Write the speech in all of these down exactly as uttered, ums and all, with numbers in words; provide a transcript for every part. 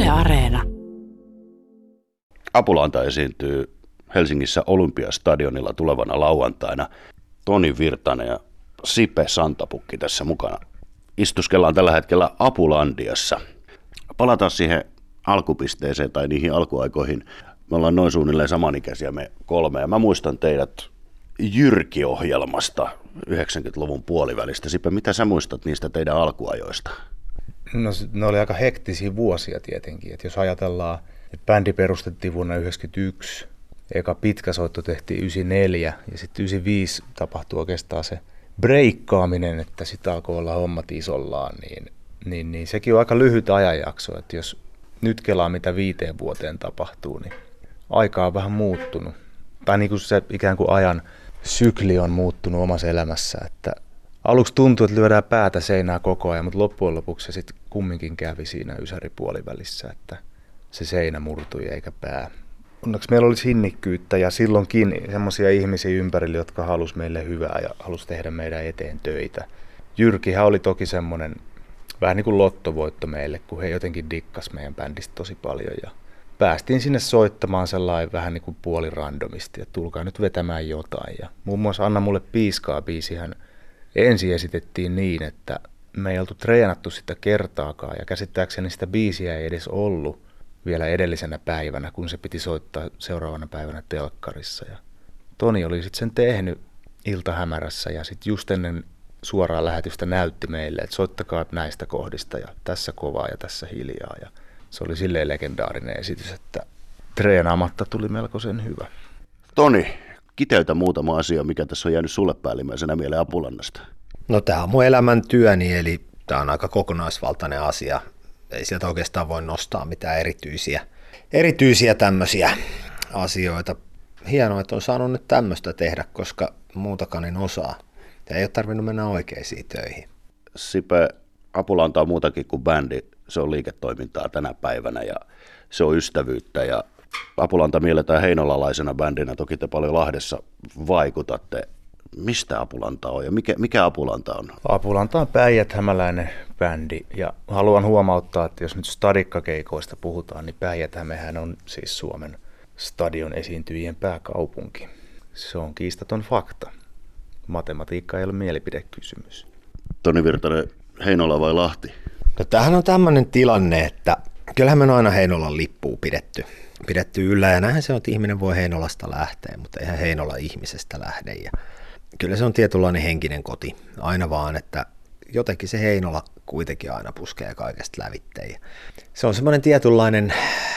Yle Areena. Apulanta esiintyy Helsingissä Olympiastadionilla tulevana lauantaina. Toni Virtanen ja Sipe Santapukki tässä mukana. Istuskellaan tällä hetkellä Apulandiassa. Palataan siihen alkupisteeseen tai niihin alkuaikoihin. Me ollaan noin suunnilleen samanikäisiä me kolme. Ja mä muistan teidät Jyrki-ohjelmasta yhdeksänkymmentäluvun puolivälistä. Sipe, mitä sä muistat niistä teidän alkuajoista? No ne oli aika hektisiä vuosia tietenkin. Et jos ajatellaan, että bändi perustettiin vuonna yhdeksänkymmentäyksi, eka pitkä soitto tehtiin yhdeksänkymmentäneljä ja sitten yhdeksänkymmentäviisi tapahtui oikeastaan se breikkaaminen, että sitten alkoi olla hommat isollaan, niin, niin, niin sekin on aika lyhyt ajanjakso, että jos nyt kelaa mitä viiteen vuoteen tapahtuu, niin aika on vähän muuttunut. Tai niin kuin se ikään kuin ajan sykli on muuttunut omassa elämässä, että aluksi tuntui, että lyödään päätä seinää koko ajan, mutta loppujen lopuksi se sitten kumminkin kävi siinä ysäripuolivälissä, että se seinä murtui eikä pää. Onneksi meillä oli sinnikkyyttä ja silloinkin semmoisia ihmisiä ympärillä, jotka halusi meille hyvää ja halusi tehdä meidän eteen töitä. Jyrkihän oli toki semmoinen vähän niin kuin lottovoitto meille, kun he jotenkin dikkas meidän bändistä tosi paljon. Ja päästiin sinne soittamaan sellainen vähän niin kuin puolirandomisti, että tulkaa nyt vetämään jotain. Ja muun muassa Anna mulle piiskaa -biisihän ensin esitettiin niin, että me ei oltu treenattu sitä kertaakaan ja käsittääkseni sitä biisiä ei edes ollut vielä edellisenä päivänä, kun se piti soittaa seuraavana päivänä telkkarissa. Ja Toni oli sitten sen tehnyt iltahämärässä ja sitten just ennen suoraa lähetystä näytti meille, että soittakaa näistä kohdista ja tässä kovaa ja tässä hiljaa. Ja se oli silleen legendaarinen esitys, että treenaamatta tuli melkoisen hyvä. Toni, kiteytä muutama asia, mikä tässä on jäänyt sulle päällimmäisenä mieleen Apulannasta. No tämä on mun elämäntyöni, eli tämä on aika kokonaisvaltainen asia. Ei sieltä oikeastaan voi nostaa mitään erityisiä, erityisiä tämmöisiä asioita. Hienoa, että on saanut nyt tämmöistä tehdä, koska muutakaan en osaa. Ja ei ole tarvinnut mennä oikeisiin töihin. Sipe, Apulanta on muutakin kuin bändi. Se on liiketoimintaa tänä päivänä ja se on ystävyyttä. Ja Apulanta mielletään heinolalaisena bändinä. Toki te paljon Lahdessa vaikutatte. Mistä Apulanta on ja mikä, mikä Apulanta on? Apulanta on päijät-hämäläinen bändi ja haluan huomauttaa, että jos nyt stadikkakeikoista puhutaan, niin Päijät-Hämehän on siis Suomen stadion esiintyjien pääkaupunki. Se on kiistaton fakta. Matematiikka ei ole mielipidekysymys. Toni Virtanen, Heinola vai Lahti? No tämähän on tämmöinen tilanne, että kyllähän me on aina Heinolan lippua pidetty, pidetty yllä ja näinhän se on, että ihminen voi Heinolasta lähteä, mutta eihän Heinola ihmisestä lähde. Ja kyllä se on tietynlainen henkinen koti, aina vaan, että jotenkin se Heinola kuitenkin aina puskee kaikesta lävitteen. Se on semmoinen tietynlainen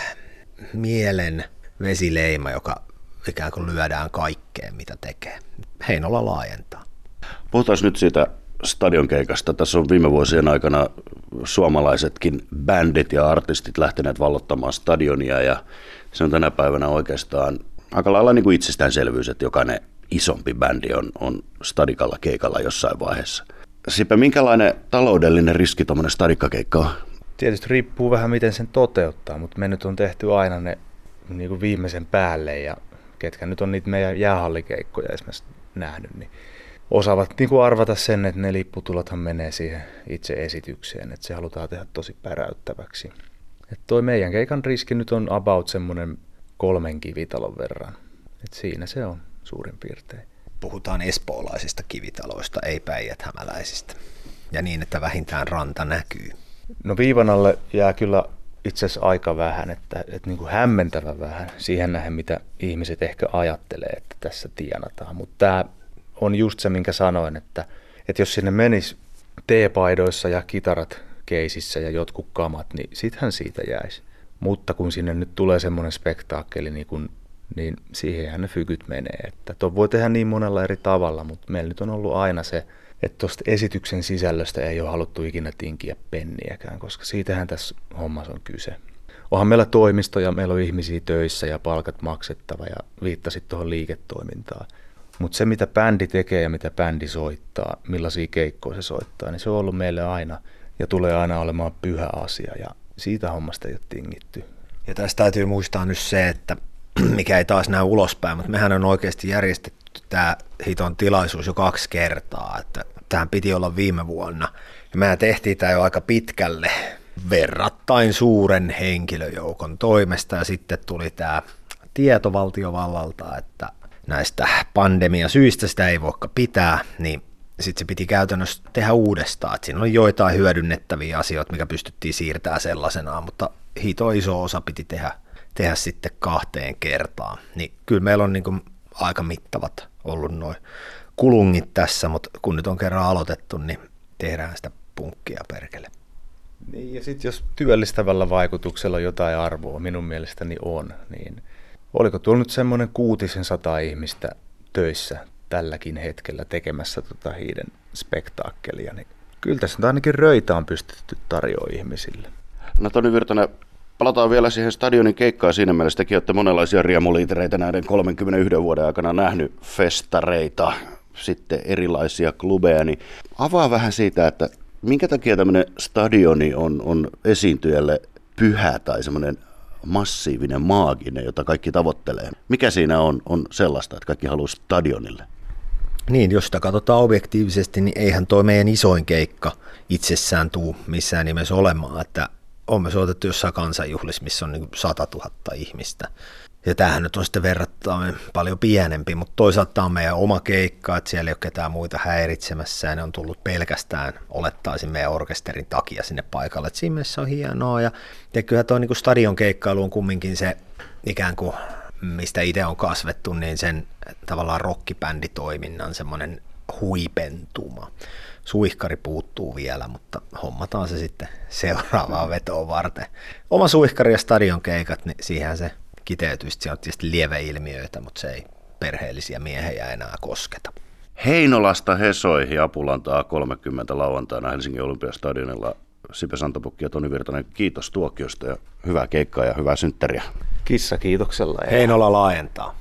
mielen vesileima, joka ikään kuin lyödään kaikkeen, mitä tekee. Heinola laajentaa. Puhutaan nyt siitä stadionkeikasta. Tässä on viime vuosien aikana suomalaisetkin bändit ja artistit lähteneet vallottamaan stadionia ja se on tänä päivänä oikeastaan aika lailla niin kuin itsestäänselvyys, että jokainen isompi bändi on, on stadikalla keikalla jossain vaiheessa. Sipe, minkälainen taloudellinen riski tuommoinen stadikkakeikka on? Tietysti riippuu vähän miten sen toteuttaa, mutta me nyt on tehty aina ne niin kuin viimeisen päälle ja ketkä nyt on niitä meidän jäähallikeikkoja esimerkiksi nähnyt, niin osaavat niin kuin arvata sen, että ne lipputulothan menee siihen itse esitykseen, että se halutaan tehdä tosi päräyttäväksi. Että toi meidän keikan riski nyt on about semmoinen kolmen kivitalon verran, että siinä se on suurin piirtein. Puhutaan espoolaisista kivitaloista, ei päijät-hämäläisistä. Ja niin, että vähintään ranta näkyy. No viivan alle jää kyllä itse asiassa aika vähän, että, että niin kuin hämmentävä vähän siihen nähden, mitä ihmiset ehkä ajattelee, että tässä tienataan. Mutta tämä on just se, minkä sanoin, että, että jos sinne menisi teepaidoissa ja kitarat keisissä ja jotkut kamat, niin sittenhän siitä jäisi. Mutta kun sinne nyt tulee semmoinen spektaakkeli, niin kun niin siihenhän ne fykyt menee. Että tuon voi tehdä niin monella eri tavalla, mutta meillä nyt on ollut aina se, että tuosta esityksen sisällöstä ei ole haluttu ikinä tinkiä penniäkään, koska siitähän tässä hommassa on kyse. Onhan meillä toimisto ja meillä on ihmisiä töissä ja palkat maksettava ja viittasit tuohon liiketoimintaan. Mutta se, mitä bändi tekee ja mitä bändi soittaa, millaisia keikkoja se soittaa, niin se on ollut meille aina ja tulee aina olemaan pyhä asia ja siitä hommasta ei ole tingitty. Ja tästä täytyy muistaa nyt se, että mikä ei taas näy ulospäin, mutta mehän on oikeasti järjestetty tämä hiton tilaisuus jo kaksi kertaa, että tähän piti olla viime vuonna. Ja mehän tehtiin tämä jo aika pitkälle verrattain suuren henkilöjoukon toimesta ja sitten tuli tämä tieto valtiovallalta, että näistä pandemiasyistä sitä ei voikaan pitää, niin sitten se piti käytännössä tehdä uudestaan. Et siinä oli joitain hyödynnettäviä asioita, mikä pystyttiin siirtämään sellaisenaan, mutta hito iso osa piti tehdä, tehdä sitten kahteen kertaan. Niin kyllä meillä on niin kuin aika mittavat ollut noin kulungit tässä, mutta kun nyt on kerran aloitettu, niin tehdään sitä punkkia perkele. Niin, ja sitten jos työllistävällä vaikutuksella jotain arvoa minun mielestäni on, niin oliko tuolla nyt semmoinen kuutisen sata ihmistä töissä tälläkin hetkellä tekemässä tota hiiden spektaakkelia, niin kyllä tässä nyt ainakin röitä on pystytty tarjoamaan ihmisille. No Toni Virtanen, palataan vielä siihen stadionin keikkaan siinä mielessä, tekin olette monenlaisia riemuliitereitä näiden kolmenkymmenenyhden vuoden aikana nähnyt, festareita, sitten erilaisia klubeja, niin avaa vähän siitä, että minkä takia tämmöinen stadioni on, on esiintyjälle pyhä tai semmoinen massiivinen, maaginen, jota kaikki tavoittelee. Mikä siinä on, on sellaista, että kaikki haluaa stadionille? Niin, jos sitä katsotaan objektiivisesti, niin eihän tuo meidän isoin keikka itsessään tuu missään nimessä olemaan, että on me soitettu jossain kansanjuhlissa, missä on niin sata tuhatta ihmistä. Ja tämähän nyt on sitten verrattuna paljon pienempi, mutta toisaalta tämä on meidän oma keikka, että siellä ei ole ketään muita häiritsemässä ja ne on tullut pelkästään, olettaisin, meidän orkesterin takia sinne paikalle. Että siinä mielessä on hienoa ja, ja kyllä tuo niin stadion keikkailu on kumminkin se ikään kuin, mistä itse on kasvettu, niin sen tavallaan rockibänditoiminnan semmoinen huipentuma. Suihkari puuttuu vielä, mutta hommataan se sitten seuraavaan vetoon varten. Oma suihkari ja stadion keikat, niin siihen se kiteytyy. Siinä on tietysti lieveilmiöitä, mutta se ei perheellisiä miehejä enää kosketa. Heinolasta Hesoihin Apulantaa kolmekymmentä lauantaina Helsingin Olympiastadionilla. Sipe Santapukki ja Toni Virtanen, kiitos tuokiosta ja hyvää keikkaa ja hyvää synttäriä. Kissa kiitoksella. Heinola laajentaa.